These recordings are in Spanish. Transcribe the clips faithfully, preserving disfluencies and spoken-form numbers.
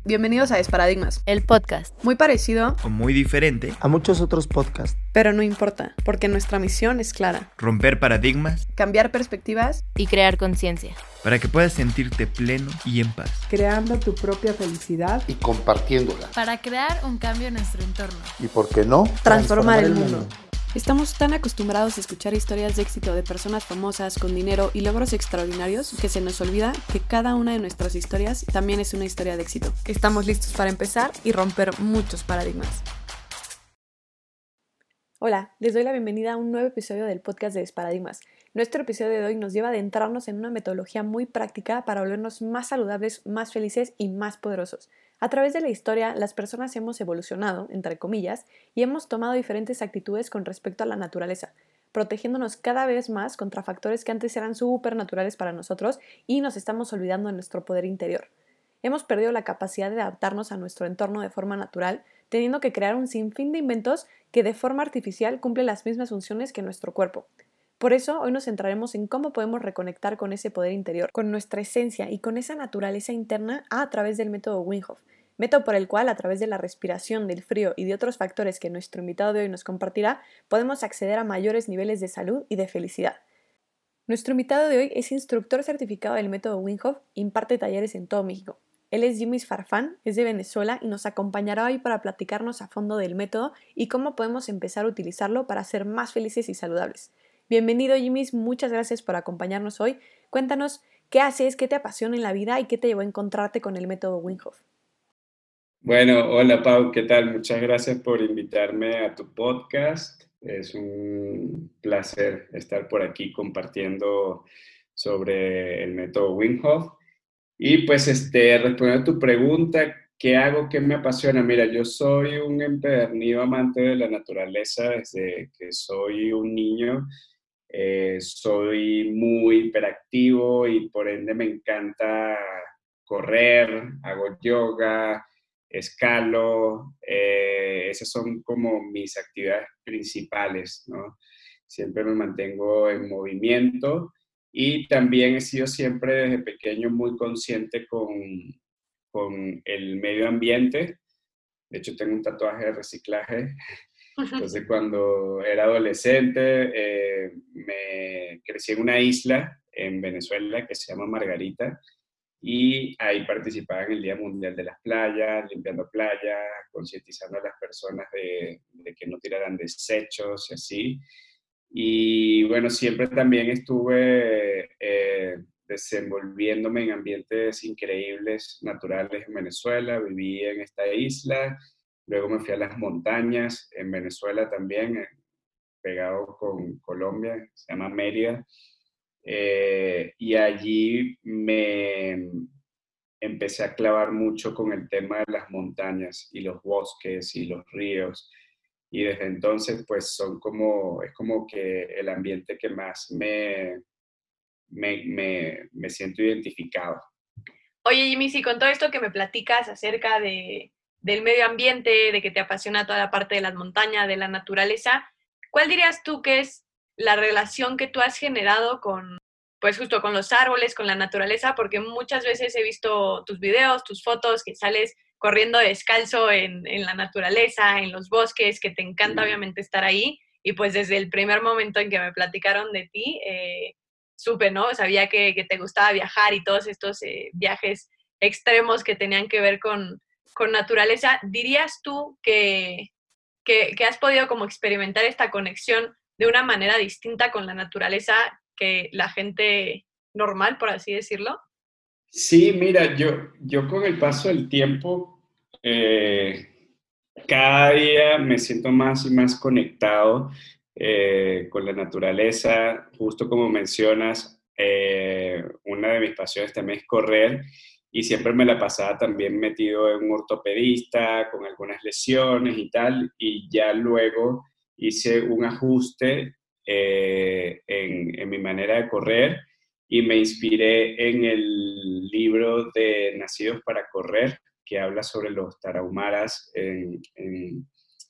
Bienvenidos a Desparadigmas, el podcast. Muy parecido o muy diferente a muchos otros podcasts. Pero no importa, porque nuestra misión es clara. Romper paradigmas, cambiar perspectivas y crear conciencia. Para que puedas sentirte pleno y en paz. Creando tu propia felicidad y compartiéndola. Para crear un cambio en nuestro entorno. Y por qué no, transformar, transformar el, el mundo. mundo. Estamos tan acostumbrados a escuchar historias de éxito de personas famosas con dinero y logros extraordinarios que se nos olvida que cada una de nuestras historias también es una historia de éxito. Estamos listos para empezar y romper muchos paradigmas. Hola, les doy la bienvenida a un nuevo episodio del podcast de Desparadigmas. Nuestro episodio de hoy nos lleva a adentrarnos en una metodología muy práctica para volvernos más saludables, más felices y más poderosos. A través de la historia, las personas hemos evolucionado, entre comillas, y hemos tomado diferentes actitudes con respecto a la naturaleza, protegiéndonos cada vez más contra factores que antes eran supernaturales para nosotros y nos estamos olvidando de nuestro poder interior. Hemos perdido la capacidad de adaptarnos a nuestro entorno de forma natural, teniendo que crear un sinfín de inventos que de forma artificial cumplen las mismas funciones que nuestro cuerpo. Por eso, hoy nos centraremos en cómo podemos reconectar con ese poder interior, con nuestra esencia y con esa naturaleza interna a través del método Wim Hof, método por el cual, a través de la respiración, del frío y de otros factores que nuestro invitado de hoy nos compartirá, podemos acceder a mayores niveles de salud y de felicidad. Nuestro invitado de hoy es instructor certificado del método Wim Hof e imparte talleres en todo México. Él es Yimis Farfán, es de Venezuela y nos acompañará hoy para platicarnos a fondo del método y cómo podemos empezar a utilizarlo para ser más felices y saludables. Bienvenido, Yimis, muchas gracias por acompañarnos hoy. Cuéntanos qué haces, qué te apasiona en la vida y qué te llevó a encontrarte con el método Wim Hof. Bueno, hola Pau, ¿qué tal? Muchas gracias por invitarme a tu podcast. Es un placer estar por aquí compartiendo sobre el método Wim Hof. Y pues este, respondiendo a tu pregunta, ¿qué hago? ¿Qué me apasiona? Mira, yo soy un empedernido amante de la naturaleza desde que soy un niño. Eh, soy muy hiperactivo y por ende me encanta correr, hago yoga, escalo. Eh, esas son como mis actividades principales, ¿no? Siempre me mantengo en movimiento. Y también he sido siempre desde pequeño muy consciente con, con el medio ambiente. De hecho, tengo un tatuaje de reciclaje. Entonces, cuando era adolescente, eh, me crecí en una isla en Venezuela que se llama Margarita. Y ahí participaba en el Día Mundial de las Playas, limpiando playas, concientizando a las personas de, de que no tiraran desechos y así. Y bueno, siempre también estuve eh, desenvolviéndome en ambientes increíbles, naturales en Venezuela. Viví en esta isla, luego me fui a las montañas en Venezuela también, eh, pegado con Colombia, se llama Mérida. Eh, y allí me empecé a clavar mucho con el tema de las montañas y los bosques y los ríos. Y desde entonces, pues, son como, es como que el ambiente que más me, me, me, me siento identificado. Oye, Jimmy, si con todo esto que me platicas acerca de, del medio ambiente, de que te apasiona toda la parte de las montañas, de la naturaleza, ¿cuál dirías tú que es la relación que tú has generado con, pues justo con los árboles, con la naturaleza? Porque muchas veces he visto tus videos, tus fotos, que sales corriendo descalzo en, en la naturaleza, en los bosques, que te encanta obviamente estar ahí. Y pues desde el primer momento en que me platicaron de ti, eh, supe, ¿no? Sabía que, que te gustaba viajar y todos estos eh, viajes extremos que tenían que ver con, con naturaleza. ¿Dirías tú que, que, que has podido como experimentar esta conexión de una manera distinta con la naturaleza que la gente normal, por así decirlo? Sí, mira, yo, yo con el paso del tiempo, eh, cada día me siento más y más conectado eh, con la naturaleza. Justo como mencionas, eh, una de mis pasiones también es correr y siempre me la pasaba también metido en un ortopedista con algunas lesiones y tal, y ya luego hice un ajuste eh, en, en mi manera de correr y me inspiré en el libro de Nacidos para Correr, que habla sobre los tarahumaras en, en,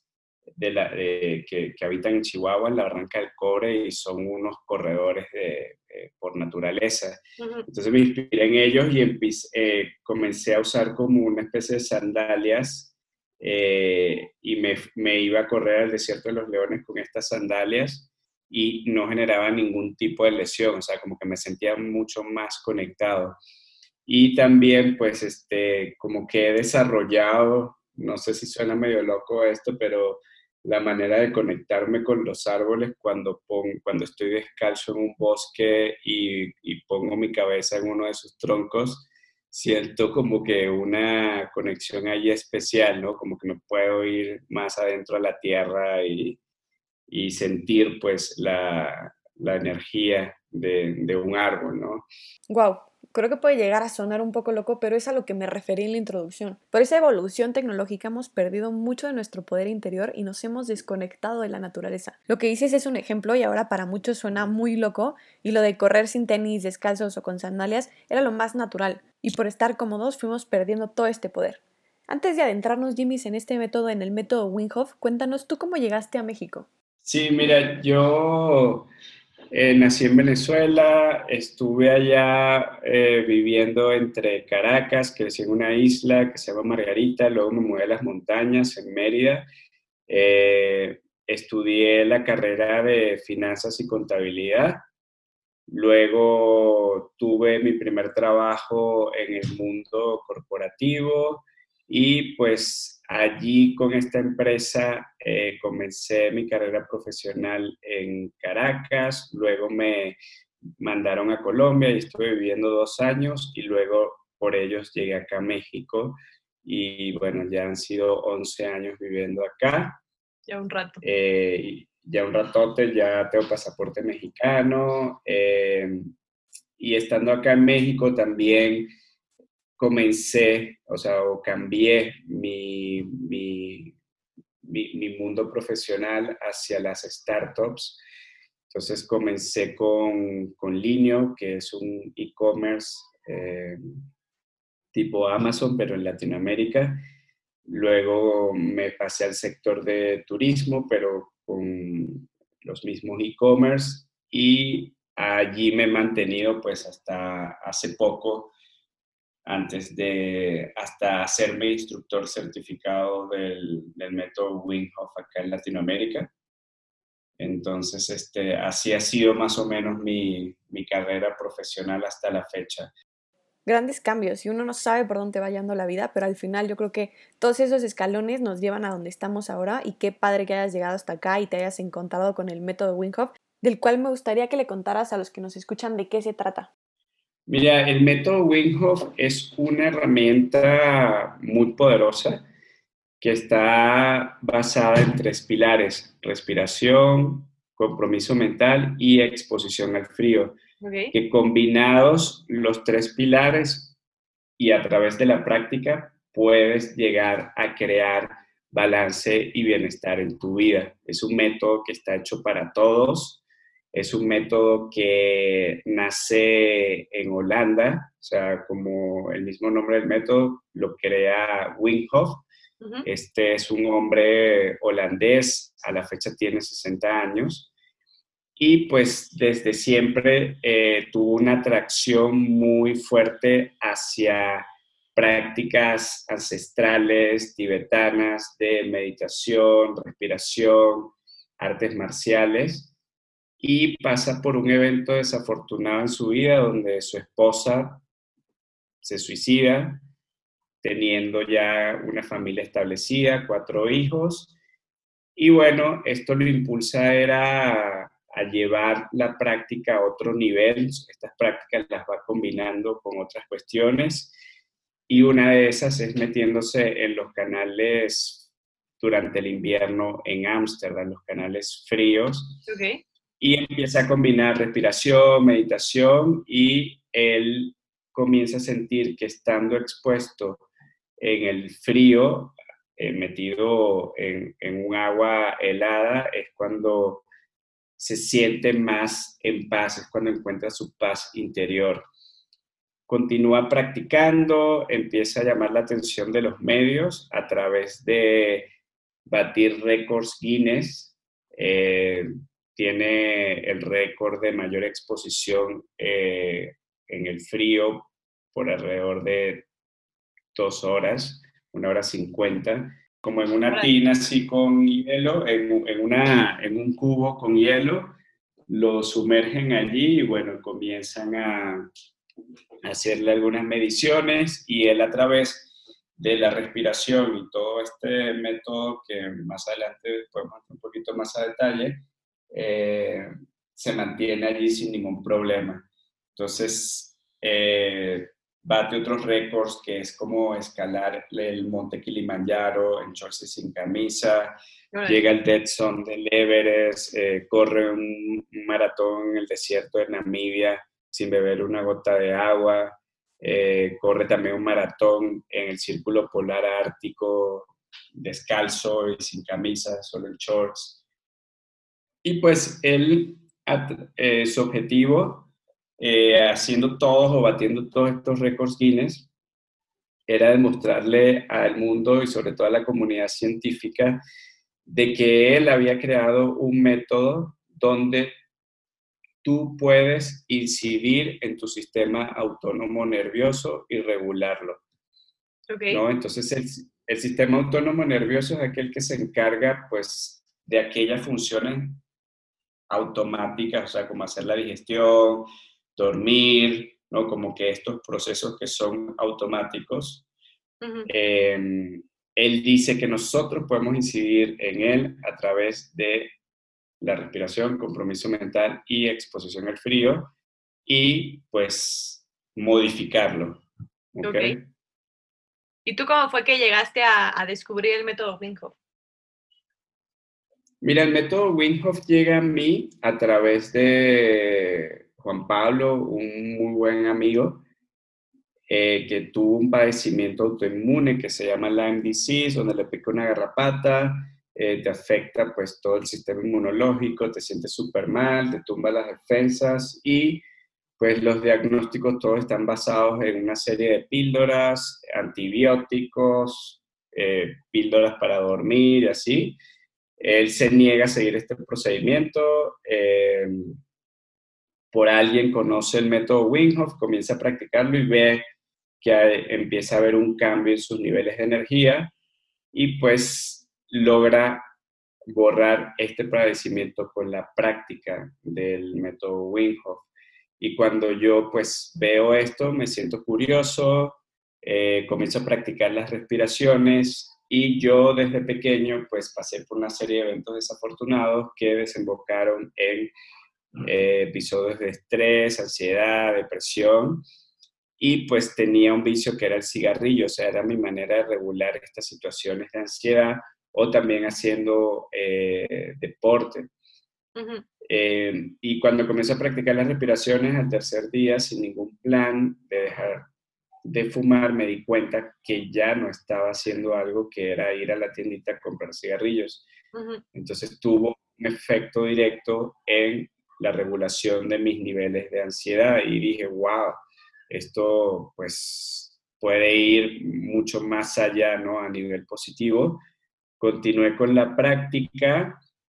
de la, de, que, que habitan en Chihuahua, en la Barranca del Cobre, y son unos corredores de, de, por naturaleza. Uh-huh. Entonces me inspiré en ellos y empecé, eh, comencé a usar como una especie de sandalias eh, y me, me iba a correr al desierto de los leones con estas sandalias y no generaba ningún tipo de lesión, o sea, como que me sentía mucho más conectado. Y también, pues, este, como que he desarrollado, no sé si suena medio loco esto, pero la manera de conectarme con los árboles cuando, pongo, cuando estoy descalzo en un bosque y, y pongo mi cabeza en uno de sus troncos, siento como que una conexión ahí especial, ¿no? Como que me puedo ir más adentro a la tierra y, y sentir, pues, la, la energía de, de un árbol, ¿no? Wow. Creo que puede llegar a sonar un poco loco, pero es a lo que me referí en la introducción. Por esa evolución tecnológica hemos perdido mucho de nuestro poder interior y nos hemos desconectado de la naturaleza. Lo que dices es un ejemplo y ahora para muchos suena muy loco, y lo de correr sin tenis, descalzos o con sandalias era lo más natural, y por estar cómodos fuimos perdiendo todo este poder. Antes de adentrarnos, Jimmys, en este método, en el método Wim Hof, cuéntanos tú cómo llegaste a México. Sí, mira, yo... Eh, nací en Venezuela, estuve allá eh, viviendo entre Caracas, crecí en una isla que se llama Margarita, luego me mudé a las montañas en Mérida, eh, estudié la carrera de finanzas y contabilidad, luego tuve mi primer trabajo en el mundo corporativo y pues allí con esta empresa eh, comencé mi carrera profesional en Caracas, luego me mandaron a Colombia y estuve viviendo dos años y luego por ellos llegué acá a México y bueno, ya han sido once años viviendo acá. Ya un rato. Eh, ya un ratote, ya tengo pasaporte mexicano eh, y estando acá en México también comencé, o sea, o cambié mi, mi, mi, mi mundo profesional hacia las startups. Entonces comencé con, con Linio, que es un e-commerce eh, tipo Amazon, pero en Latinoamérica. Luego me pasé al sector de turismo, pero con los mismos e-commerce. Y allí me he mantenido pues hasta hace poco, antes de hasta hacerme instructor certificado del, del método Wim Hof acá en Latinoamérica. Entonces, este, así ha sido más o menos mi, mi carrera profesional hasta la fecha. Grandes cambios y uno no sabe por dónde va yendo la vida, pero al final yo creo que todos esos escalones nos llevan a donde estamos ahora y qué padre que hayas llegado hasta acá y te hayas encontrado con el método Wim Hof, del cual me gustaría que le contaras a los que nos escuchan de qué se trata. Mira, el método Wim Hof es una herramienta muy poderosa que está basada en tres pilares: respiración, compromiso mental y exposición al frío. Okay. Que combinados los tres pilares y a través de la práctica puedes llegar a crear balance y bienestar en tu vida. Es un método que está hecho para todos. Es un método que nace en Holanda, o sea, como el mismo nombre del método, lo crea Wim Hof. Uh-huh. Este es un hombre holandés, a la fecha tiene sesenta años, y pues desde siempre eh, tuvo una atracción muy fuerte hacia prácticas ancestrales tibetanas de meditación, respiración, artes marciales. Y pasa por un evento desafortunado en su vida donde su esposa se suicida, teniendo ya una familia establecida, cuatro hijos. Y bueno, esto lo impulsa era a, a llevar la práctica a otro nivel. Estas prácticas las va combinando con otras cuestiones. Y una de esas es metiéndose en los canales durante el invierno en Ámsterdam, los canales fríos. Okay. Y empieza a combinar respiración, meditación, y él comienza a sentir que estando expuesto en el frío, eh, metido en, en un agua helada, es cuando se siente más en paz, es cuando encuentra su paz interior. Continúa practicando, empieza a llamar la atención de los medios a través de batir récords Guinness. Eh, tiene el récord de mayor exposición eh, en el frío por alrededor de dos horas, una hora cincuenta, como en una tina así con hielo, en, en, una, en un cubo con hielo, lo sumergen allí y bueno, comienzan a hacerle algunas mediciones y él a través de la respiración y todo este método que más adelante podemos ver un poquito más a detalle, eh, se mantiene allí sin ningún problema. Entonces, eh, bate otros récords que es como escalar el monte Kilimanjaro en shorts y sin camisa, right. Llega al Dead Zone del Everest, eh, corre un, un maratón en el desierto de Namibia sin beber una gota de agua, eh, corre también un maratón en el Círculo Polar Ártico descalzo y sin camisa, solo en shorts. Y pues él, eh, su objetivo, eh, haciendo todos o batiendo todos estos récords Guinness, era demostrarle al mundo y sobre todo a la comunidad científica de que él había creado un método donde tú puedes incidir en tu sistema autónomo nervioso y regularlo. Okay. ¿No? Entonces, el, el sistema autónomo nervioso es aquel que se encarga, pues, de aquellas funciones automáticas, o sea, como hacer la digestión, dormir, ¿no? Como que estos procesos que son automáticos. Uh-huh. eh, él dice que nosotros podemos incidir en él a través de la respiración, compromiso mental y exposición al frío, y pues modificarlo. ¿Okay? Okay. ¿Y tú cómo fue que llegaste a, a descubrir el método Wim Hof? Mira, el método Wim Hof llega a mí a través de Juan Pablo, un muy buen amigo, eh, que tuvo un padecimiento autoinmune que se llama Lyme disease, donde le pica una garrapata, Eh, te afecta pues todo el sistema inmunológico, te sientes súper mal, te tumba las defensas y pues los diagnósticos todos están basados en una serie de píldoras, antibióticos, eh, píldoras para dormir y así. Él se niega a seguir este procedimiento, eh, por alguien conoce el método Wim Hof, comienza a practicarlo y ve que hay, empieza a haber un cambio en sus niveles de energía y pues logra borrar este padecimiento con la práctica del método Wim Hof. Y cuando yo pues veo esto, me siento curioso, eh, comienzo a practicar las respiraciones y yo desde pequeño pues pasé por una serie de eventos desafortunados que desembocaron en eh, episodios de estrés, ansiedad, depresión. Y pues tenía un vicio que era el cigarrillo, o sea, era mi manera de regular estas situaciones de ansiedad, o también haciendo eh, deporte. Uh-huh. Eh, y cuando comencé a practicar las respiraciones al tercer día, sin ningún plan de dejar de fumar, me di cuenta que ya no estaba haciendo algo que era ir a la tiendita a comprar cigarrillos. Uh-huh. Entonces tuvo un efecto directo en la regulación de mis niveles de ansiedad y dije, wow, esto pues puede ir mucho más allá, ¿no? A nivel positivo. Continué con la práctica,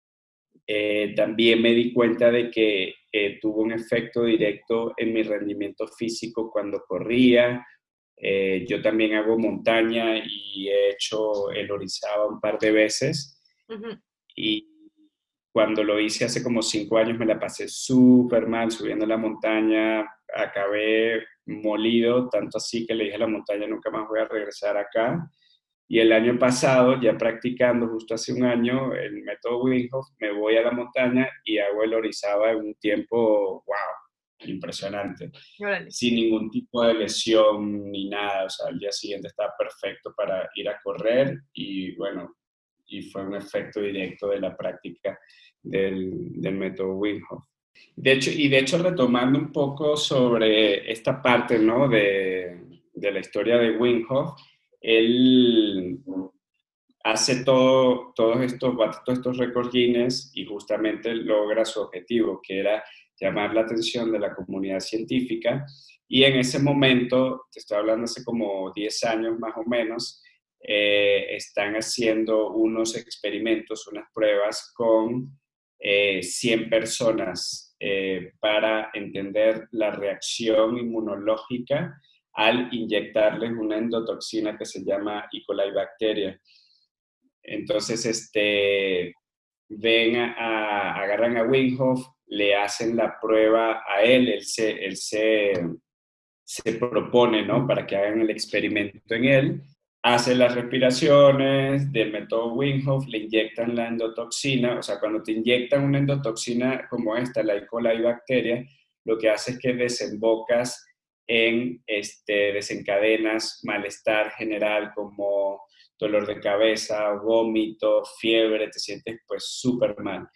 eh, también me di cuenta de que eh, tuvo un efecto directo en mi rendimiento físico cuando corría. Eh, yo también hago montaña y he hecho el Orizaba un par de veces. Uh-huh. Y cuando lo hice hace como cinco años me la pasé súper mal subiendo la montaña, acabé molido, tanto así que le dije a la montaña nunca más voy a regresar acá. Y el año pasado, ya practicando justo hace un año el método Wim Hof, me voy a la montaña y hago el Orizaba en un tiempo, wow, impresionante. Vale. Sin ningún tipo de lesión ni nada. O sea, al día siguiente estaba perfecto para ir a correr y bueno, y fue un efecto directo de la práctica del, del método Wim Hof. De hecho, y de hecho, retomando un poco sobre esta parte, ¿no? de, de la historia de Wim Hof, él hace todo, todos estos, todos estos récords Guinness y justamente logra su objetivo, que era llamar la atención de la comunidad científica. Y en ese momento, te estoy hablando hace como diez años más o menos, eh, están haciendo unos experimentos, unas pruebas con eh, cien personas eh, para entender la reacción inmunológica al inyectarles una endotoxina que se llama E. coli bacteria. Entonces, este, ven a, a, agarran a Wim Hof, le hacen la prueba a él, él se, él se, se propone, ¿no?, para que hagan el experimento en él, hace las respiraciones del método Wim Hof, le inyectan la endotoxina. O sea, cuando te inyectan una endotoxina como esta, la E. coli bacteria, lo que hace es que desembocas en, este, desencadenas malestar general como dolor de cabeza, vómito, fiebre, te sientes pues súper mal.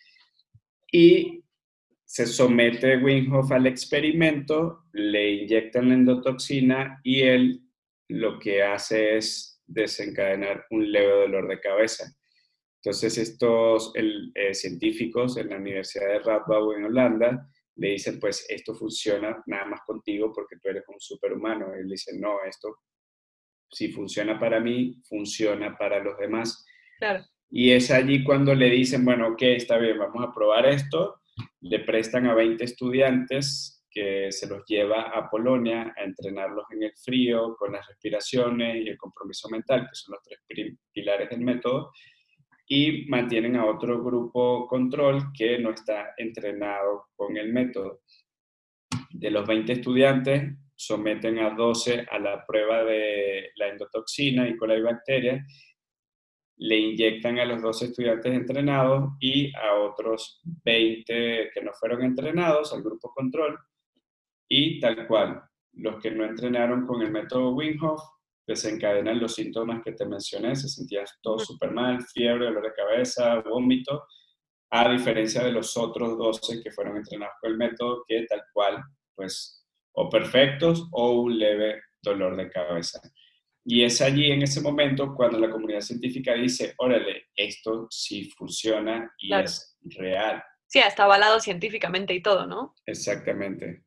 Y se somete Wim Hof al experimento, le inyectan la endotoxina y él lo que hace es desencadenar un leve dolor de cabeza. Entonces estos el, eh, científicos en la Universidad de Radboud en Holanda le dicen, pues esto funciona nada más contigo porque tú eres un superhumano. Él dice, no, esto si funciona para mí, funciona para los demás. Claro. Y es allí cuando le dicen, bueno, ok, está bien, vamos a probar esto. Le prestan a veinte estudiantes que se los lleva a Polonia a entrenarlos en el frío, con las respiraciones y el compromiso mental, que son los tres pilares del método, y mantienen a otro grupo control que no está entrenado con el método. De los veinte estudiantes, someten a doce a la prueba de la endotoxina y E. coli bacteria, le inyectan a los doce estudiantes entrenados y a otros veinte que no fueron entrenados, al grupo control, y tal cual, los que no entrenaron con el método Wim Hof desencadenan los síntomas que te mencioné, se sentían todos súper mal, fiebre, dolor de cabeza, vómito, a diferencia de los otros doce que fueron entrenados con el método, que tal cual, pues, o perfectos o un leve dolor de cabeza. Y es allí, en ese momento, cuando la comunidad científica dice, órale, esto sí funciona y Claro. es real. Sí, está avalado científicamente y todo, ¿no? Exactamente.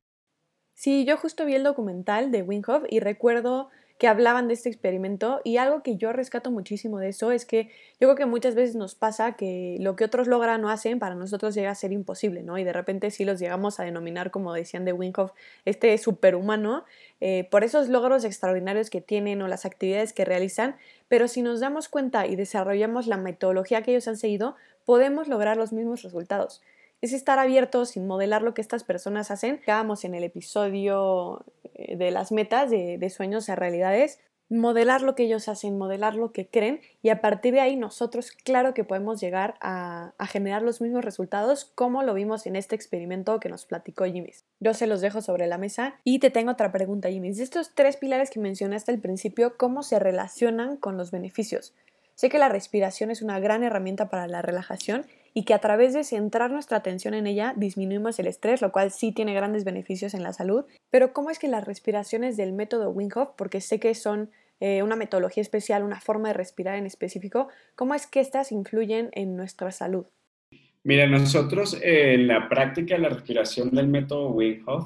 Sí, yo justo vi el documental de Wim Hof y recuerdo que hablaban de este experimento, y algo que yo rescato muchísimo de eso es que yo creo que muchas veces nos pasa que lo que otros logran o hacen para nosotros llega a ser imposible, ¿no? Y de repente sí los llegamos a denominar, como decían de Wim Hof, este superhumano, eh, por esos logros extraordinarios que tienen o las actividades que realizan, pero si nos damos cuenta y desarrollamos la metodología que ellos han seguido, podemos lograr los mismos resultados. Es estar abiertos sin modelar lo que estas personas hacen. Acabamos en el episodio de las metas, de, de sueños a realidades, modelar lo que ellos hacen, modelar lo que creen, y a partir de ahí nosotros claro que podemos llegar a, a generar los mismos resultados como lo vimos en este experimento que nos platicó Jimmys. Yo se los dejo sobre la mesa y te tengo otra pregunta, Jimmys. De estos tres pilares que mencionaste al principio, ¿cómo se relacionan con los beneficios? Sé que la respiración es una gran herramienta para la relajación y que a través de centrar nuestra atención en ella disminuimos el estrés, lo cual sí tiene grandes beneficios en la salud. Pero ¿cómo es que las respiraciones del método Wim Hof, porque sé que son eh, una metodología especial, una forma de respirar en específico, cómo es que estas influyen en nuestra salud? Mira, nosotros eh, en la práctica de la respiración del método Wim Hof,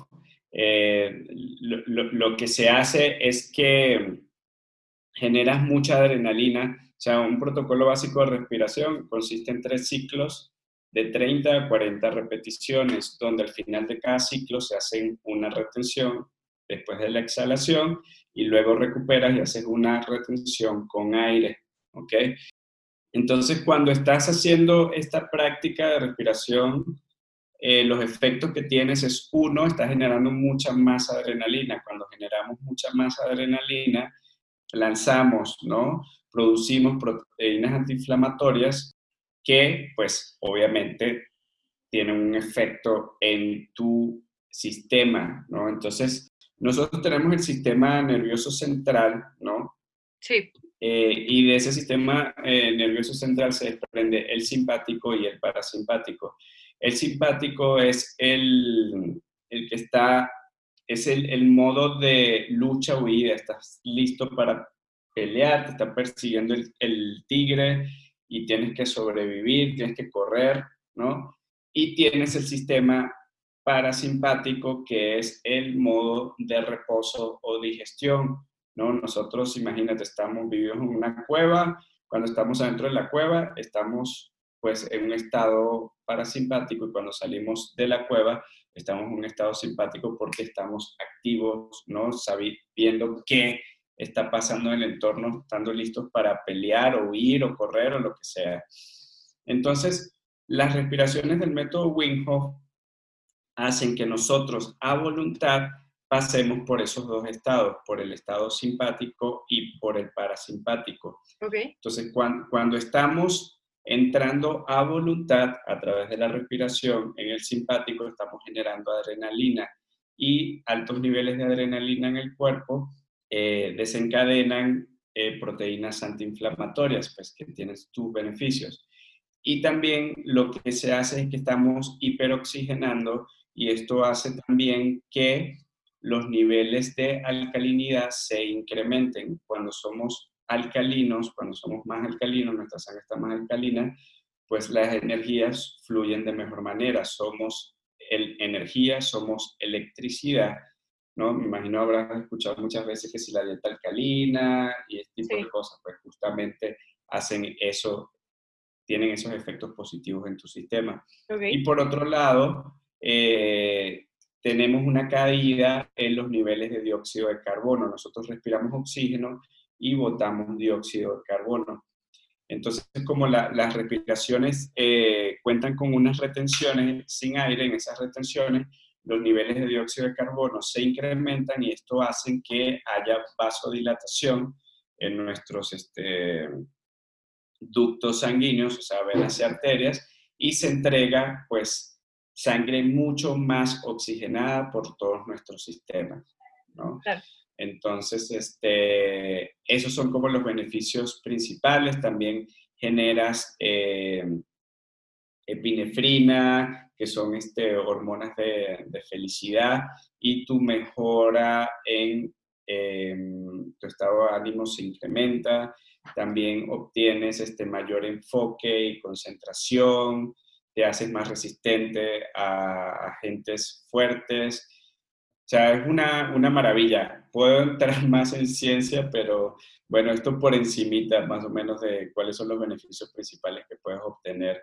eh, lo, lo, lo que se hace es que generas mucha adrenalina. O sea, un protocolo básico de respiración consiste en tres ciclos de treinta a cuarenta repeticiones, donde al final de cada ciclo se hace una retención después de la exhalación y luego recuperas y haces una retención con aire, ¿ok? Entonces, cuando estás haciendo esta práctica de respiración, eh, los efectos que tienes es, uno, estás generando mucha más adrenalina. Cuando generamos mucha más adrenalina, lanzamos, ¿no? Producimos proteínas antiinflamatorias que, pues, obviamente tienen un efecto en tu sistema, ¿no? Entonces, nosotros tenemos el sistema nervioso central, ¿no? Sí. Eh, y de ese sistema eh, nervioso central se desprende el simpático y el parasimpático. El simpático es el, el que está, es el, el modo de lucha-huida, estás listo para pelear, te está persiguiendo el, el tigre y tienes que sobrevivir, tienes que correr, ¿no? Y tienes el sistema parasimpático, que es el modo de reposo o digestión, ¿no? Nosotros, imagínate, estamos, vivimos en una cueva. Cuando estamos adentro de la cueva, estamos pues en un estado parasimpático, y cuando salimos de la cueva, estamos en un estado simpático porque estamos activos, ¿no? Sabiendo qué está pasando en el entorno, estando listos para pelear o huir o correr o lo que sea. Entonces, las respiraciones del método Wim Hof hacen que nosotros a voluntad pasemos por esos dos estados, por el estado simpático y por el parasimpático. Okay. Entonces, cuando, cuando estamos entrando a voluntad a través de la respiración en el simpático, estamos generando adrenalina, y altos niveles de adrenalina en el cuerpo eh, desencadenan eh, proteínas antiinflamatorias, pues que tienen tus beneficios. Y también lo que se hace es que estamos hiperoxigenando, y esto hace también que los niveles de alcalinidad se incrementen. Cuando somos alcalinos, cuando somos más alcalinos, nuestra sangre está más alcalina, pues las energías fluyen de mejor manera. Somos el, energía, somos electricidad, ¿no? Me imagino habrás escuchado muchas veces que si la dieta alcalina y este tipo Sí. de cosas, pues justamente hacen eso, tienen esos efectos positivos en tu sistema. Okay. Y por otro lado, eh, tenemos una caída en los niveles de dióxido de carbono. Nosotros respiramos oxígeno y botamos dióxido de carbono. Entonces, como la, las respiraciones eh, cuentan con unas retenciones sin aire, en esas retenciones los niveles de dióxido de carbono se incrementan, y esto hace que haya vasodilatación en nuestros este, ductos sanguíneos, o sea, venas y arterias, y se entrega pues sangre mucho más oxigenada por todos nuestros sistemas, ¿no? Claro. Entonces, este, esos son como los beneficios principales. También generas eh, epinefrina, que son este, hormonas de, de felicidad, y tu mejora en eh, tu estado de ánimo se incrementa. También obtienes este mayor enfoque y concentración, te haces más resistente a agentes fuertes. O sea, es una, una maravilla. Puedo entrar más en ciencia, pero bueno, esto por encimita más o menos de cuáles son los beneficios principales que puedes obtener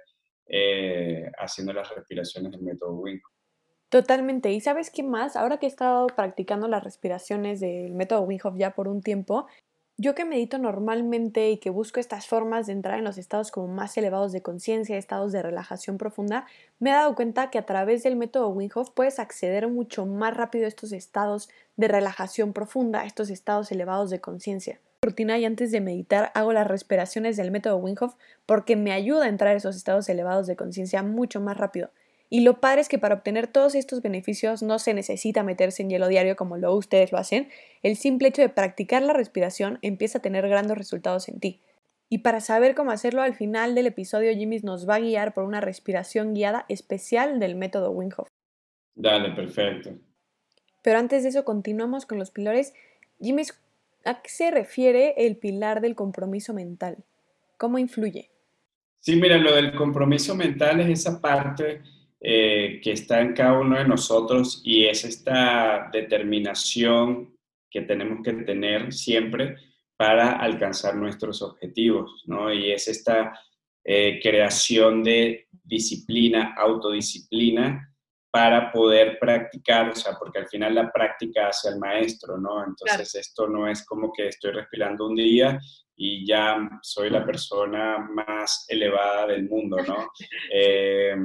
eh, haciendo las respiraciones del método Wim Hof. Totalmente. ¿Y sabes qué más? Ahora que he estado practicando las respiraciones del método Wim Hof ya por un tiempo, yo que medito normalmente y que busco estas formas de entrar en los estados como más elevados de conciencia, estados de relajación profunda, me he dado cuenta que a través del método Wim Hof puedes acceder mucho más rápido a estos estados de relajación profunda, a estos estados elevados de conciencia. Rutina, y antes de meditar hago las respiraciones del método Wim Hof porque me ayuda a entrar a esos estados elevados de conciencia mucho más rápido. Y lo padre es que para obtener todos estos beneficios no se necesita meterse en hielo diario como lo ustedes lo hacen. El simple hecho de practicar la respiración empieza a tener grandes resultados en ti. Y para saber cómo hacerlo, al final del episodio Jimmy nos va a guiar por una respiración guiada especial del método Wim Hof. Dale, perfecto. Pero antes de eso continuamos con los pilares. Jimmy, ¿a qué se refiere el pilar del compromiso mental? ¿Cómo influye? Sí, mira, lo del compromiso mental es esa parte eh, que está en cada uno de nosotros, y es esta determinación que tenemos que tener siempre para alcanzar nuestros objetivos, ¿no? Y es esta eh, creación de disciplina, autodisciplina, para poder practicar, o sea, porque al final la práctica hace al maestro, ¿no? Entonces, claro, esto no es como que estoy respirando un día y ya soy la persona más elevada del mundo, ¿no? Eh,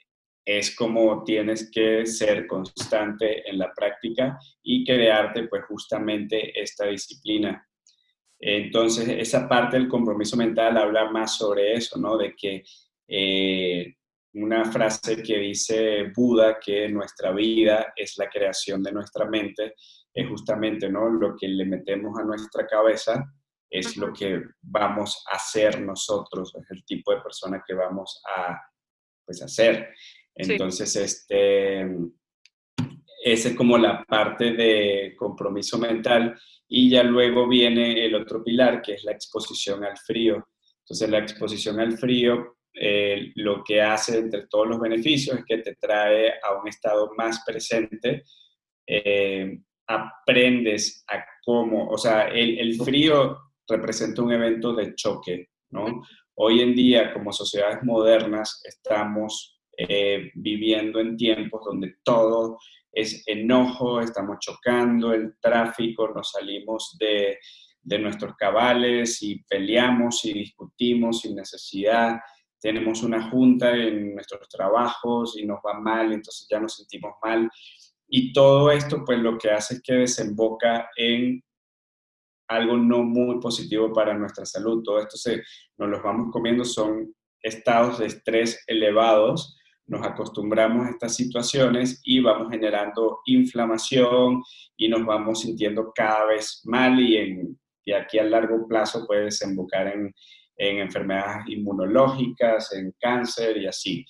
es como tienes que ser constante en la práctica y crearte, pues, justamente esta disciplina. Entonces, esa parte del compromiso mental habla más sobre eso, ¿no? De que eh, una frase que dice Buda, que nuestra vida es la creación de nuestra mente, es justamente, ¿no? Lo que le metemos a nuestra cabeza es lo que vamos a ser nosotros, es el tipo de persona que vamos a, pues, a ser. Entonces, sí. este, esa es como la parte de compromiso mental, y ya luego viene el otro pilar, que es la exposición al frío. Entonces, la exposición al frío, eh, lo que hace entre todos los beneficios es que te trae a un estado más presente, eh, aprendes a cómo, o sea, el, el frío representa un evento de choque, ¿no? Hoy en día, como sociedades modernas, estamos eh, viviendo en tiempos donde todo es enojo, estamos chocando, el tráfico, nos salimos de, de nuestros cabales y peleamos y discutimos sin necesidad. Tenemos una junta en nuestros trabajos y nos va mal, entonces ya nos sentimos mal. Y todo esto, pues lo que hace es que desemboca en algo no muy positivo para nuestra salud. Todo esto se, nos los vamos comiendo, son estados de estrés elevados, nos acostumbramos a estas situaciones y vamos generando inflamación y nos vamos sintiendo cada vez mal y, en, y aquí a largo plazo puede desembocar en, en enfermedades inmunológicas, en cáncer y así.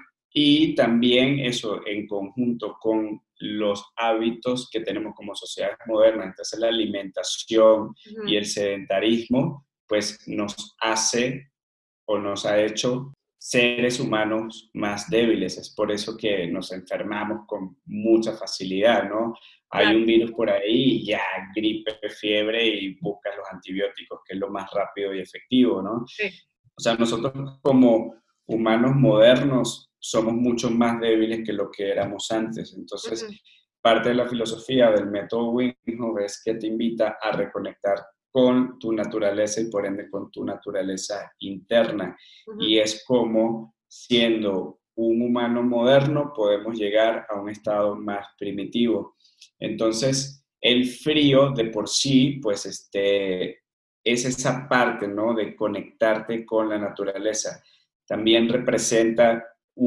Y también eso en conjunto con los hábitos que tenemos como sociedades modernas, entonces la alimentación uh-huh. y el sedentarismo, pues nos hace o nos ha hecho seres humanos más débiles. Es por eso que nos enfermamos con mucha facilidad, ¿no? Hay claro. un virus por ahí y ya, gripe, fiebre y buscas los antibióticos, que es lo más rápido y efectivo, ¿no? Sí. O sea, nosotros como humanos modernos somos mucho más débiles que lo que éramos antes. Entonces, uh-huh. parte de la filosofía del método Wim Hof es que te invita a reconectar con tu naturaleza y por ende con tu naturaleza interna. Uh-huh. Y es como, siendo un humano moderno, podemos llegar a un estado más primitivo. Entonces, el frío de por sí, pues, este, es esa parte, ¿no?, de conectarte con la naturaleza. También representa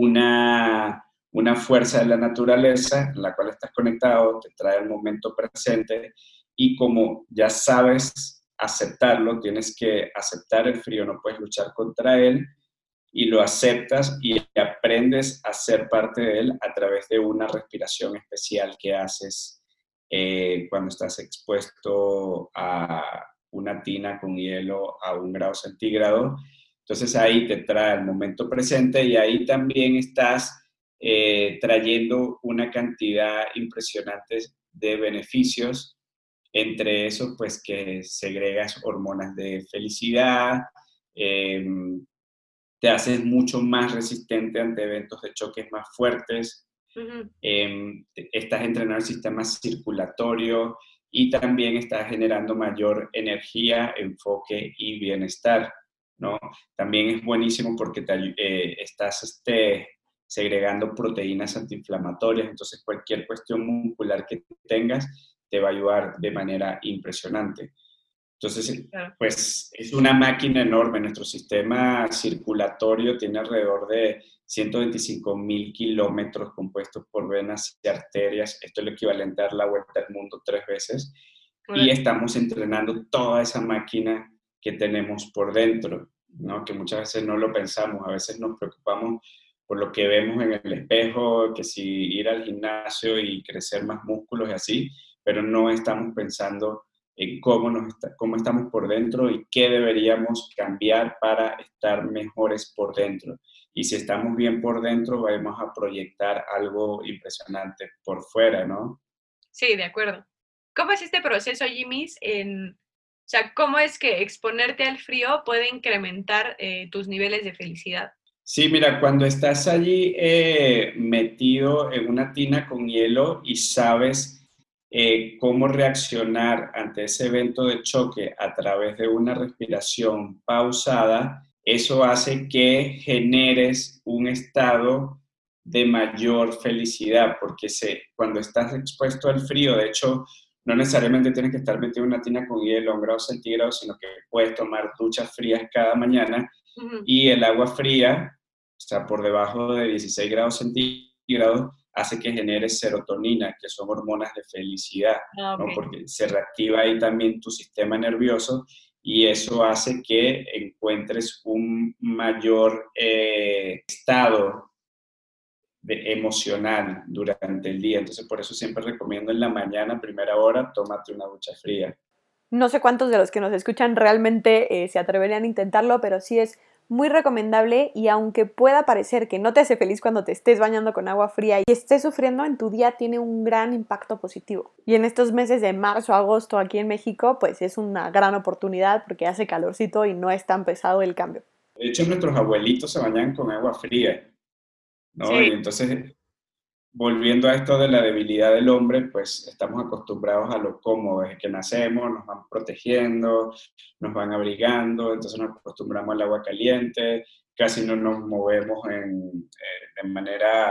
una, una fuerza de la naturaleza en la cual estás conectado, te trae el momento presente y como ya sabes aceptarlo, tienes que aceptar el frío, no puedes luchar contra él y lo aceptas y aprendes a ser parte de él a través de una respiración especial que haces eh, cuando estás expuesto a una tina con hielo a un grado centígrado. Entonces ahí te trae el momento presente y ahí también estás eh, trayendo una cantidad impresionante de beneficios, entre esos pues que segregas hormonas de felicidad, eh, te haces mucho más resistente ante eventos de choques más fuertes, uh-huh. eh, estás entrenando el sistema circulatorio y también estás generando mayor energía, enfoque y bienestar, ¿no? También es buenísimo porque te, eh, estás este, segregando proteínas antiinflamatorias, entonces cualquier cuestión muscular que tengas te va a ayudar de manera impresionante. Entonces, pues es una máquina enorme. Nuestro sistema circulatorio tiene alrededor de ciento veinticinco mil kilómetros compuestos por venas y arterias. Esto es lo equivalente a dar la vuelta al mundo tres veces. Y estamos entrenando toda esa máquina que tenemos por dentro, ¿no? Que muchas veces no lo pensamos, a veces nos preocupamos por lo que vemos en el espejo, que si ir al gimnasio y crecer más músculos y así, pero no estamos pensando en cómo, nos está, cómo estamos por dentro y qué deberíamos cambiar para estar mejores por dentro. Y si estamos bien por dentro, vamos a proyectar algo impresionante por fuera, ¿no? Sí, de acuerdo. ¿Cómo es este proceso, Jimmy's? En, o sea, ¿cómo es que exponerte al frío puede incrementar eh, tus niveles de felicidad? Sí, mira, cuando estás allí eh, metido en una tina con hielo y sabes eh, cómo reaccionar ante ese evento de choque a través de una respiración pausada, eso hace que generes un estado de mayor felicidad, porque se, cuando estás expuesto al frío, de hecho, no necesariamente tienes que estar metido en una tina con hielo a un grado centígrado, sino que puedes tomar duchas frías cada mañana. Uh-huh. Y el agua fría, o sea, por debajo de dieciséis grados centígrados, hace que genere serotonina, que son hormonas de felicidad, ah, okay. ¿no? Porque se reactiva ahí también tu sistema nervioso y eso hace que encuentres un mayor eh, estado de, emocional durante el día. Entonces, por eso siempre recomiendo en la mañana, primera hora, tómate una ducha fría. No sé cuántos de los que nos escuchan realmente eh, se atreverían a intentarlo, pero sí es muy recomendable y aunque pueda parecer que no te hace feliz cuando te estés bañando con agua fría y estés sufriendo, en tu día tiene un gran impacto positivo. Y en estos meses de marzo, agosto aquí en México, pues es una gran oportunidad porque hace calorcito y no es tan pesado el cambio. De hecho, nuestros abuelitos se bañan con agua fría, ¿no? Sí. Y entonces, volviendo a esto de la debilidad del hombre, pues estamos acostumbrados a lo cómodo, desde que nacemos, nos van protegiendo, nos van abrigando, entonces nos acostumbramos al agua caliente, casi no nos movemos en, eh, de manera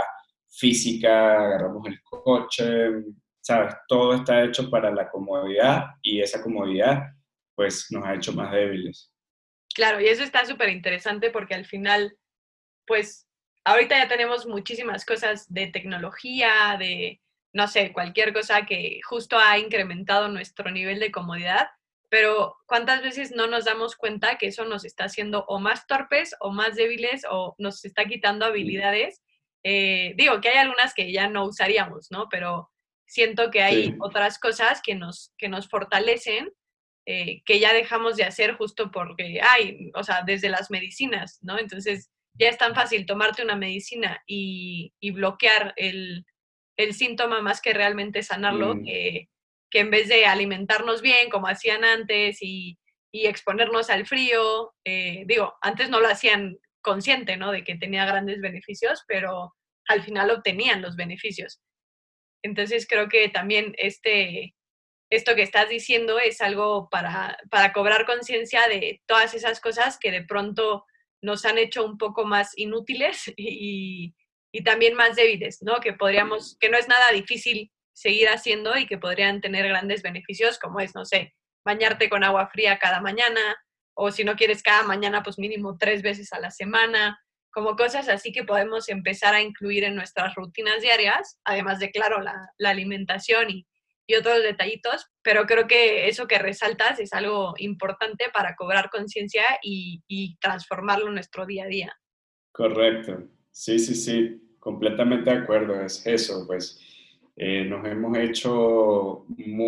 física, agarramos el coche, ¿sabes? Todo está hecho para la comodidad y esa comodidad pues nos ha hecho más débiles. Claro, y eso está súper interesante porque al final, pues ahorita ya tenemos muchísimas cosas de tecnología, de, no sé, cualquier cosa que justo ha incrementado nuestro nivel de comodidad, pero ¿cuántas veces no nos damos cuenta que eso nos está haciendo o más torpes o más débiles o nos está quitando habilidades? Eh, digo que hay algunas que ya no usaríamos, ¿no? Pero siento que hay Sí. otras cosas que nos, que nos fortalecen, eh, que ya dejamos de hacer justo porque hay, o sea, desde las medicinas, ¿no? Entonces ya es tan fácil tomarte una medicina y, y bloquear el, el síntoma más que realmente sanarlo, Mm. que, que en vez de alimentarnos bien como hacían antes y, y exponernos al frío, eh, digo, antes no lo hacían consciente, ¿no? De que tenía grandes beneficios, pero al final obtenían los beneficios. Entonces creo que también este, esto que estás diciendo es algo para, para cobrar conciencia de todas esas cosas que de pronto nos han hecho un poco más inútiles y, y también más débiles, ¿no? Que podríamos, que no es nada difícil seguir haciendo y que podrían tener grandes beneficios, como es, no sé, bañarte con agua fría cada mañana, o si no quieres cada mañana, pues mínimo tres veces a la semana, como cosas así que podemos empezar a incluir en nuestras rutinas diarias, además de, claro, la, la alimentación y, y otros detallitos, pero creo que eso que resaltas es algo importante para cobrar conciencia y, y transformarlo en nuestro día a día. Correcto, sí, sí, sí, completamente de acuerdo, es eso, pues eh, nos hemos hecho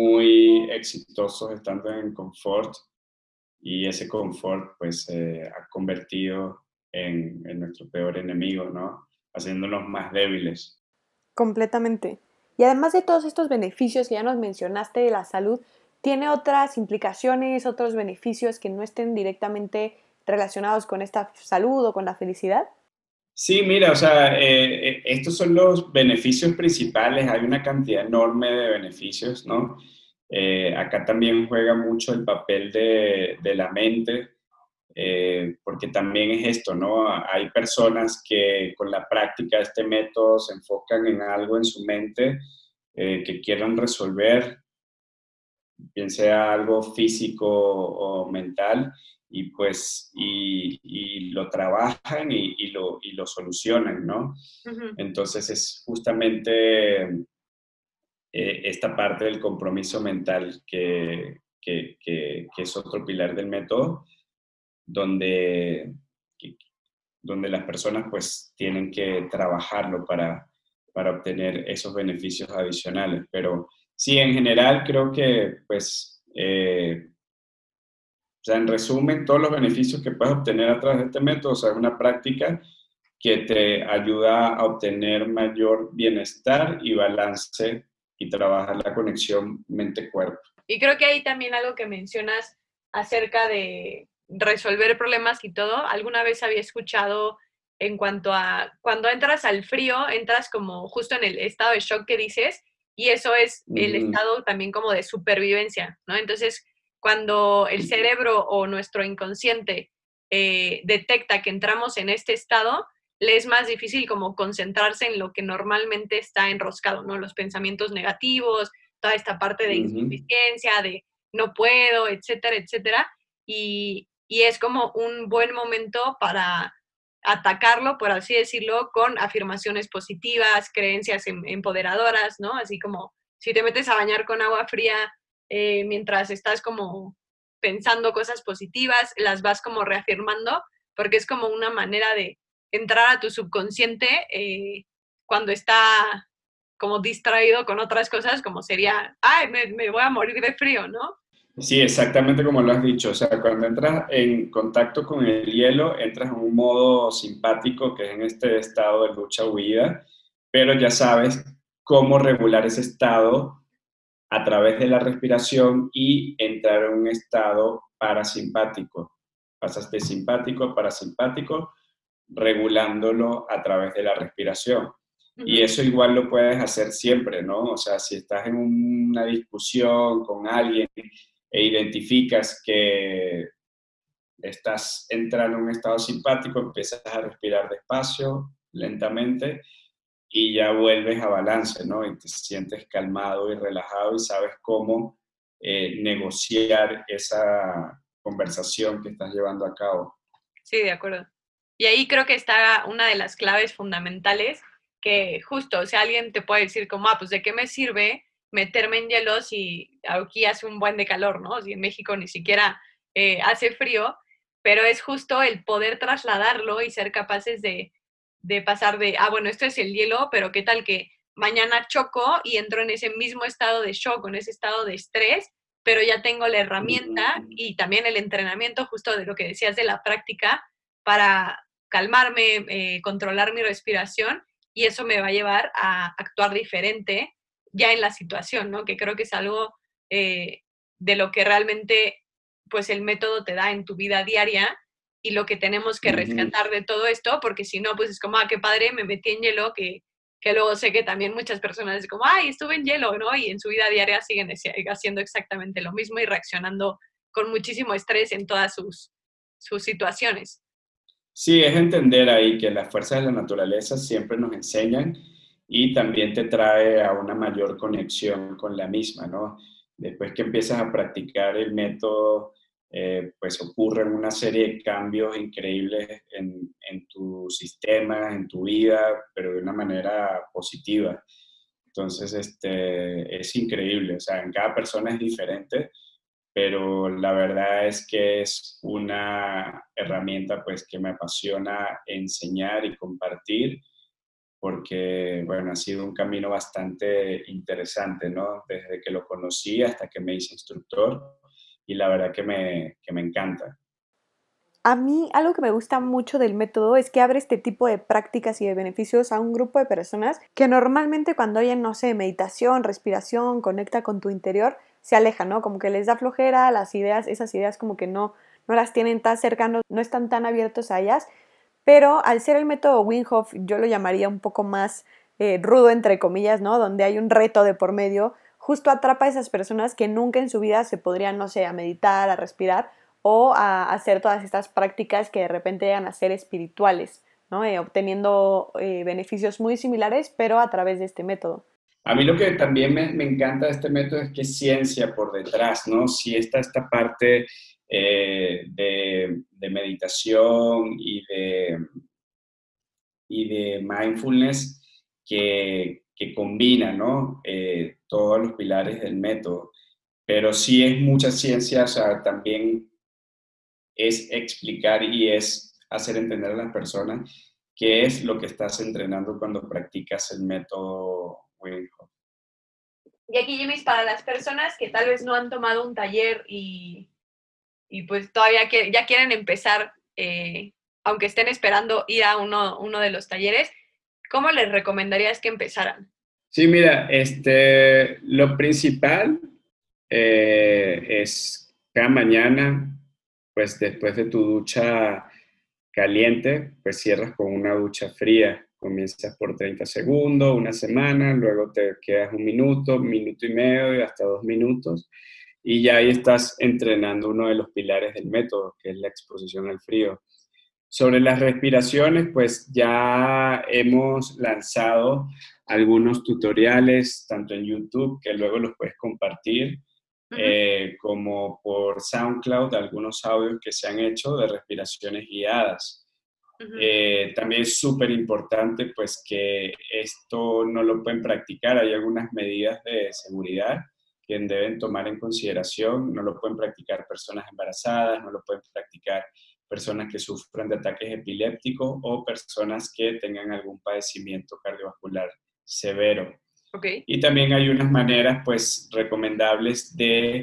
muy exitosos estando en confort y ese confort pues se ha convertido en, en nuestro peor enemigo, ¿no? Haciéndonos más débiles. Completamente. Y además de todos estos beneficios que ya nos mencionaste de la salud, ¿tiene otras implicaciones, otros beneficios que no estén directamente relacionados con esta salud o con la felicidad? Sí, mira, o sea, eh, eh, estos son los beneficios principales, hay una cantidad enorme de beneficios, ¿no? Eh, acá también juega mucho el papel de, de la mente, eh, porque también es esto, ¿no? Hay personas que con la práctica de este método se enfocan en algo en su mente eh, que quieran resolver, bien sea algo físico o mental, y pues, y, y lo trabajan y, y, lo, y lo solucionan, ¿no? Uh-huh. Entonces es justamente eh, esta parte del compromiso mental que, que, que, que es otro pilar del método, donde, que, donde las personas pues tienen que trabajarlo para, para obtener esos beneficios adicionales. Pero sí, en general creo que pues, eh, o sea, en resumen, todos los beneficios que puedes obtener a través de este método, o sea, es una práctica que te ayuda a obtener mayor bienestar y balance y trabajar la conexión mente-cuerpo. Y creo que hay también algo que mencionas acerca de resolver problemas y todo. Alguna vez había escuchado en cuanto a cuando entras al frío, entras como justo en el estado de shock que dices, y eso es el Uh-huh. estado también como de supervivencia, ¿no? Entonces, cuando el cerebro o nuestro inconsciente eh, detecta que entramos en este estado, le es más difícil como concentrarse en lo que normalmente está enroscado, ¿no? Los pensamientos negativos, toda esta parte de Uh-huh. insuficiencia, de no puedo, etcétera, etcétera. Y, y es como un buen momento para atacarlo, por así decirlo, con afirmaciones positivas, creencias em, empoderadoras, ¿no? Así como si te metes a bañar con agua fría eh, mientras estás como pensando cosas positivas, las vas como reafirmando, porque es como una manera de entrar a tu subconsciente eh, cuando está como distraído con otras cosas, como sería, ay, me, me voy a morir de frío, ¿no? Sí, exactamente como lo has dicho. O sea, cuando entras en contacto con el hielo, entras en un modo simpático, que es en este estado de lucha-huida, pero ya sabes cómo regular ese estado a través de la respiración y entrar en un estado parasimpático. Pasas de simpático a parasimpático, regulándolo a través de la respiración. Y Ujú. eso igual lo puedes hacer siempre, ¿no? O sea, si estás en una discusión con alguien e identificas que estás entrando en un estado simpático, empiezas a respirar despacio, lentamente, y ya vuelves a balance, ¿no? Y te sientes calmado y relajado y sabes cómo eh, negociar esa conversación que estás llevando a cabo. Sí, de acuerdo. Y ahí creo que está una de las claves fundamentales que justo, o sea, alguien te puede decir como, ah, pues ¿de qué me sirve meterme en hielo si aquí hace un buen de calor, ¿no? Si en México ni siquiera eh, hace frío, pero es justo el poder trasladarlo y ser capaces de, de pasar de, ah, bueno, esto es el hielo, pero ¿qué tal que mañana choco y entro en ese mismo estado de shock, en ese estado de estrés, pero ya tengo la herramienta y también el entrenamiento justo de lo que decías de la práctica para calmarme, eh, controlar mi respiración y eso me va a llevar a actuar diferente ya en la situación, ¿no? Que creo que es algo eh, de lo que realmente pues el método te da en tu vida diaria y lo que tenemos que Ujú. rescatar de todo esto, porque si no, pues es como, ah, qué padre, me metí en hielo, que, que luego sé que también muchas personas es como, ay, estuve en hielo, ¿no? Y en su vida diaria siguen haciendo exactamente lo mismo y reaccionando con muchísimo estrés en todas sus, sus situaciones. Sí, es entender ahí que las fuerzas de la naturaleza siempre nos enseñan y también te trae a una mayor conexión con la misma, ¿no? Después que empiezas a practicar el método, eh, pues ocurren una serie de cambios increíbles en, en tu sistema, en tu vida, pero de una manera positiva. Entonces, este, es increíble, o sea, en cada persona es diferente, pero la verdad es que es una herramienta pues que me apasiona enseñar y compartir porque, bueno, ha sido un camino bastante interesante, ¿no? Desde que lo conocí hasta que me hice instructor y la verdad que me, que me encanta. A mí algo que me gusta mucho del método es que abre este tipo de prácticas y de beneficios a un grupo de personas que normalmente cuando oyen, no sé, meditación, respiración, conecta con tu interior, se alejan, ¿no? Como que les da flojera las ideas, esas ideas como que no, no las tienen tan cercanos, no están tan abiertos a ellas, pero al ser el método Wim Hof, yo lo llamaría un poco más eh, rudo, entre comillas, ¿no? Donde hay un reto de por medio, justo atrapa a esas personas que nunca en su vida se podrían, no sé, a meditar, a respirar, o a hacer todas estas prácticas que de repente llegan a ser espirituales, ¿no? Eh, obteniendo eh, beneficios muy similares, pero a través de este método. A mí lo que también me, me encanta de este método es que es ciencia por detrás, ¿no? Sí está esta parte eh, de, de meditación y de, y de mindfulness que, que combina, ¿no? Eh, todos los pilares del método. Pero sí es mucha ciencia, o sea, también es explicar y es hacer entender a las personas qué es lo que estás entrenando cuando practicas el método Wim Hof. Y aquí, Jimis, para las personas que tal vez no han tomado un taller y, y pues todavía que, ya quieren empezar, eh, aunque estén esperando ir a uno, uno de los talleres, ¿cómo les recomendarías que empezaran? Sí, mira, este, lo principal eh, es cada mañana, pues después de tu ducha caliente, pues cierras con una ducha fría. Comienzas por treinta segundos, una semana, luego te quedas un minuto, minuto y medio y hasta dos minutos. Y ya ahí estás entrenando uno de los pilares del método, que es la exposición al frío. Sobre las respiraciones, pues ya hemos lanzado algunos tutoriales, tanto en YouTube, que luego los puedes compartir, Uh-huh. eh, como por SoundCloud, algunos audios que se han hecho de respiraciones guiadas. Uh-huh. Eh, también es súper importante pues que esto no lo pueden practicar, hay algunas medidas de seguridad que deben tomar en consideración, no lo pueden practicar personas embarazadas, no lo pueden practicar personas que sufren de ataques epilépticos o personas que tengan algún padecimiento cardiovascular severo. Ok. Y también hay unas maneras pues recomendables de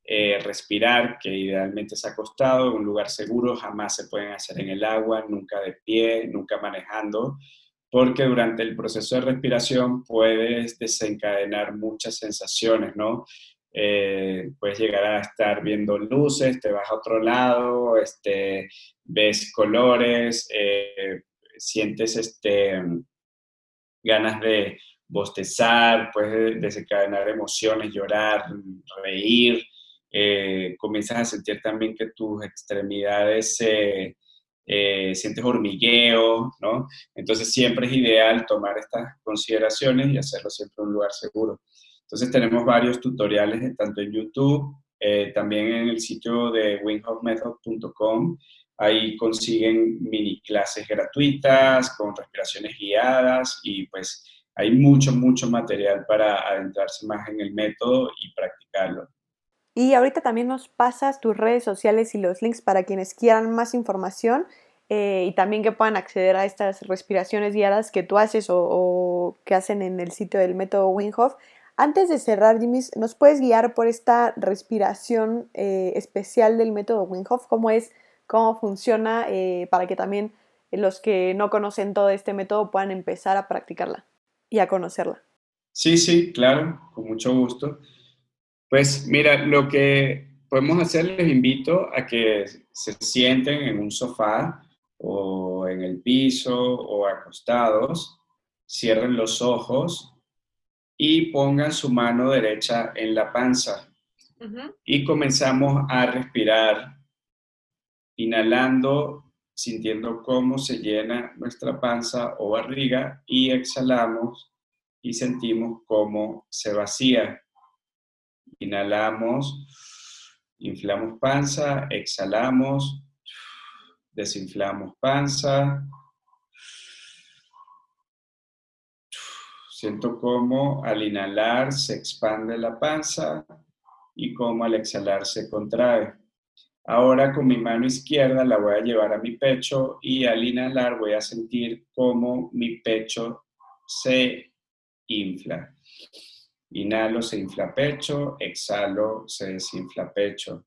eh, respirar, que idealmente es acostado, en un lugar seguro. Jamás se pueden hacer en el agua, nunca de pie, nunca manejando, porque durante el proceso de respiración puedes desencadenar muchas sensaciones, ¿no? Eh, puedes llegar a estar viendo luces, te vas a otro lado, este, ves colores, eh, sientes este, ganas de bostezar, puedes desencadenar emociones, llorar, reír, eh, comienzas a sentir también que tus extremidades se... Eh, sientes hormigueo, ¿no? Entonces siempre es ideal tomar estas consideraciones y hacerlo siempre en un lugar seguro. Entonces tenemos varios tutoriales, tanto en YouTube, eh, también en el sitio de wim hof method punto com. Ahí consiguen mini clases gratuitas con respiraciones guiadas y pues hay mucho, mucho material para adentrarse más en el método y practicarlo. Y ahorita también nos pasas tus redes sociales y los links para quienes quieran más información eh, y también que puedan acceder a estas respiraciones guiadas que tú haces o, o que hacen en el sitio del método Wim Hof. Antes de cerrar, Jimmy, ¿nos puedes guiar por esta respiración eh, especial del método Wim Hof? ¿Cómo es, cómo funciona eh, para que también los que no conocen todo este método puedan empezar a practicarla y a conocerla? Sí, sí, claro, con mucho gusto. Pues mira, lo que podemos hacer, les invito a que se sienten en un sofá o en el piso o acostados, cierren los ojos y pongan su mano derecha en la panza. Uh-huh. Y comenzamos a respirar, inhalando, sintiendo cómo se llena nuestra panza o barriga y exhalamos y sentimos cómo se vacía. Inhalamos, inflamos panza, exhalamos, desinflamos panza. Siento cómo al inhalar se expande la panza y cómo al exhalar se contrae. Ahora con mi mano izquierda la voy a llevar a mi pecho y al inhalar voy a sentir cómo mi pecho se infla. Inhalo, se infla pecho, exhalo, se desinfla pecho.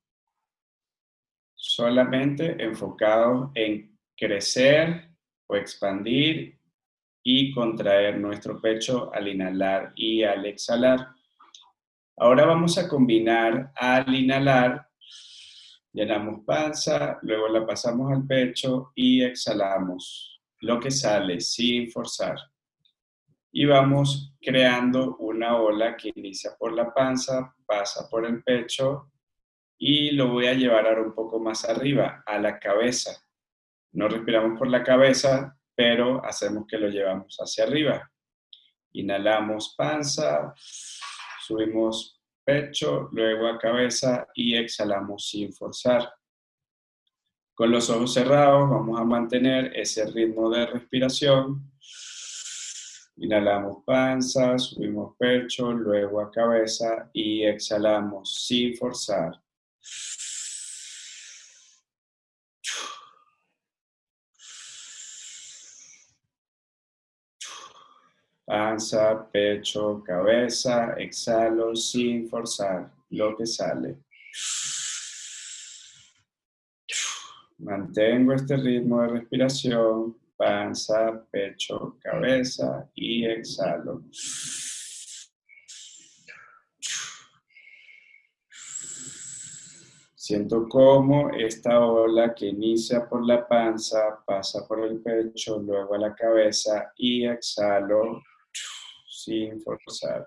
Solamente enfocados en crecer o expandir y contraer nuestro pecho al inhalar y al exhalar. Ahora vamos a combinar al inhalar, llenamos panza, luego la pasamos al pecho y exhalamos lo que sale sin forzar. Y vamos creando una ola que inicia por la panza, pasa por el pecho y lo voy a llevar ahora un poco más arriba, a la cabeza. No respiramos por la cabeza, pero hacemos que lo llevamos hacia arriba. Inhalamos panza, subimos pecho, luego a cabeza y exhalamos sin forzar. Con los ojos cerrados vamos a mantener ese ritmo de respiración. Inhalamos panza, subimos pecho, luego a cabeza y exhalamos sin forzar. Panza, pecho, cabeza, exhalo sin forzar lo que sale. Mantengo este ritmo de respiración. Panza, pecho, cabeza y exhalo. Siento cómo esta ola que inicia por la panza, pasa por el pecho, luego a la cabeza y exhalo sin forzar.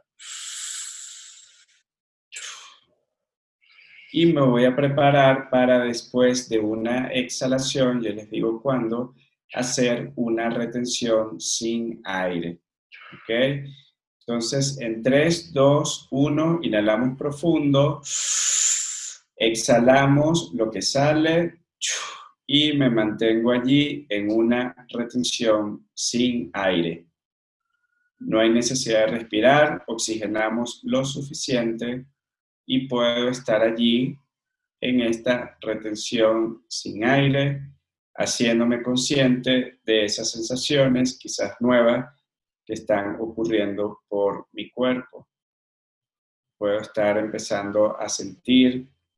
Y me voy a preparar para después de una exhalación, yo les digo cuándo, hacer una retención sin aire, ¿ok? Entonces, en tres, dos, uno, inhalamos profundo, exhalamos lo que sale y me mantengo allí en una retención sin aire. No hay necesidad de respirar, oxigenamos lo suficiente y puedo estar allí en esta retención sin aire, haciéndome consciente de esas sensaciones, quizás nuevas, que están ocurriendo por mi cuerpo. Puedo estar empezando a sentir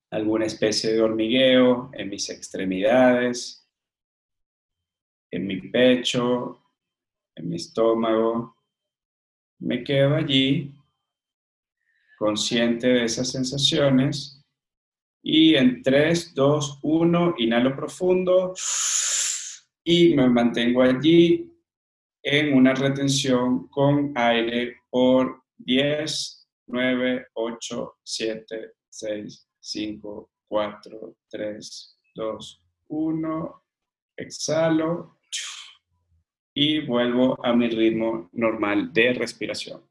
alguna especie de hormigueo en mis extremidades, en mi pecho, en mi estómago. Me quedo allí, consciente de esas sensaciones, y en tres, dos, uno, inhalo profundo y me mantengo allí en una retención con aire por diez, nueve, ocho, siete, seis, cinco, cuatro, tres, dos, uno. Exhalo y vuelvo a mi ritmo normal de respiración.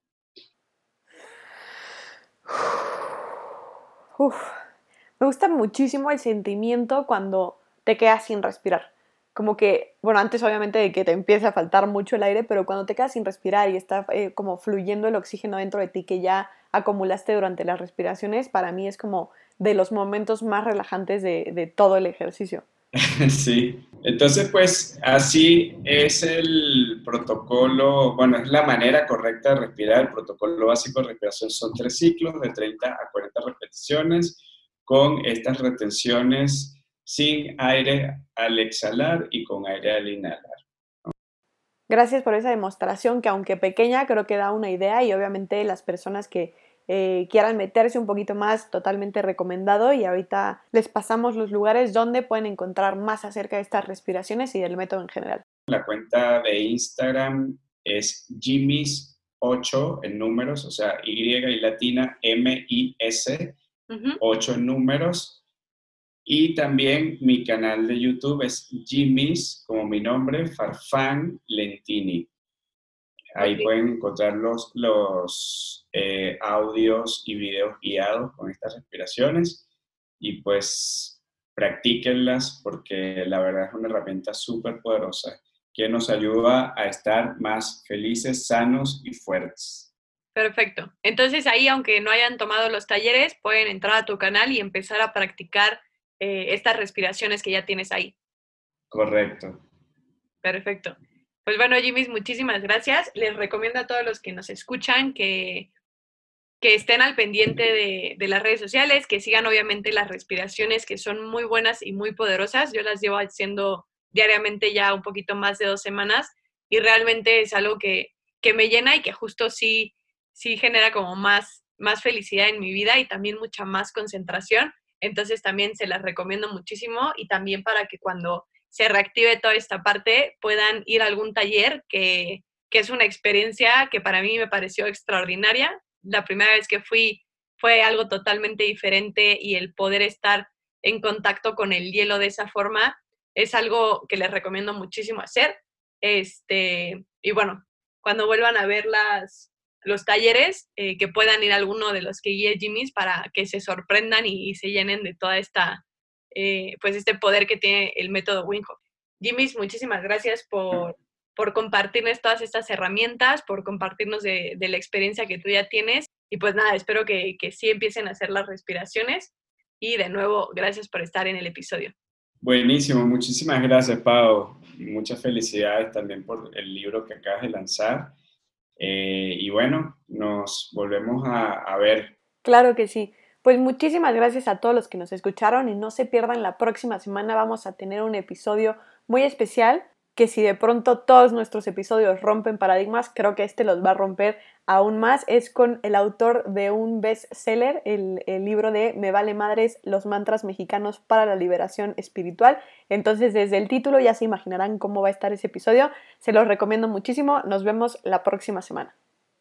Uf, me gusta muchísimo el sentimiento cuando te quedas sin respirar. Como que, bueno, antes obviamente de que te empiece a faltar mucho el aire, pero cuando te quedas sin respirar y está eh, como fluyendo el oxígeno dentro de ti que ya acumulaste durante las respiraciones, para mí es como de los momentos más relajantes de, de todo el ejercicio. Sí, entonces pues así es el protocolo, bueno, es la manera correcta de respirar. El protocolo básico de respiración son tres ciclos de treinta a cuarenta repeticiones con estas retenciones sin aire al exhalar y con aire al inhalar. Gracias por esa demostración que aunque pequeña creo que da una idea y obviamente las personas que eh, quieran meterse un poquito más, totalmente recomendado, y ahorita les pasamos los lugares donde pueden encontrar más acerca de estas respiraciones y del método en general. La cuenta de Instagram es Jimmy's ocho en números, o sea, Y y latina, M I S, uh-huh. ocho en números. Y también mi canal de YouTube es Jimmy's, como mi nombre, Farfán Lentini. Ahí okay. Pueden encontrar los, los eh, audios y videos guiados con estas respiraciones y pues practíquenlas porque la verdad es una herramienta súper poderosa que nos ayuda a estar más felices, sanos y fuertes. Perfecto. Entonces ahí, aunque no hayan tomado los talleres, pueden entrar a tu canal y empezar a practicar eh, estas respiraciones que ya tienes ahí. Correcto. Perfecto. Pues bueno, Jimmy, muchísimas gracias. Les recomiendo a todos los que nos escuchan que, que estén al pendiente de, de las redes sociales, que sigan obviamente las respiraciones que son muy buenas y muy poderosas. Yo las llevo haciendo diariamente ya un poquito más de dos semanas y realmente es algo que, que me llena y que justo sí, sí genera como más, más felicidad en mi vida y también mucha más concentración. Entonces también se las recomiendo muchísimo y también para que cuando se reactive toda esta parte, puedan ir a algún taller que, que es una experiencia que para mí me pareció extraordinaria. La primera vez que fui fue algo totalmente diferente y el poder estar en contacto con el hielo de esa forma es algo que les recomiendo muchísimo hacer. Este, y bueno, cuando vuelvan a ver las, los talleres, eh, que puedan ir a alguno de los que guíe Jimmy's para que se sorprendan y, y se llenen de toda esta Eh, pues este poder que tiene el método Wim Hof. Jimmy, muchísimas gracias por, por compartirnos todas estas herramientas, por compartirnos de, de la experiencia que tú ya tienes y pues nada, espero que, que sí empiecen a hacer las respiraciones y de nuevo, gracias por estar en el episodio. Buenísimo, muchísimas gracias, Pau. Muchas felicidades también por el libro que acabas de lanzar eh, y bueno, nos volvemos a, a ver. Claro que sí. Pues muchísimas gracias a todos los que nos escucharon y no se pierdan, la próxima semana vamos a tener un episodio muy especial que si de pronto todos nuestros episodios rompen paradigmas, creo que este los va a romper aún más. Es con el autor de un bestseller, el, el libro de Me vale madres, los mantras mexicanos para la liberación espiritual. Entonces desde el título ya se imaginarán cómo va a estar ese episodio. Se los recomiendo muchísimo. Nos vemos la próxima semana.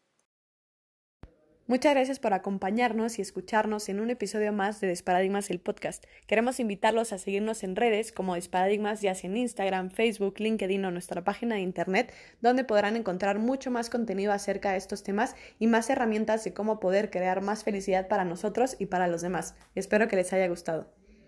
Muchas gracias por acompañarnos y escucharnos en un episodio más de Desparadigmas, el podcast. Queremos invitarlos a seguirnos en redes como Desparadigmas, ya sea en Instagram, Facebook, LinkedIn o nuestra página de internet, donde podrán encontrar mucho más contenido acerca de estos temas y más herramientas de cómo poder crear más felicidad para nosotros y para los demás. Espero que les haya gustado.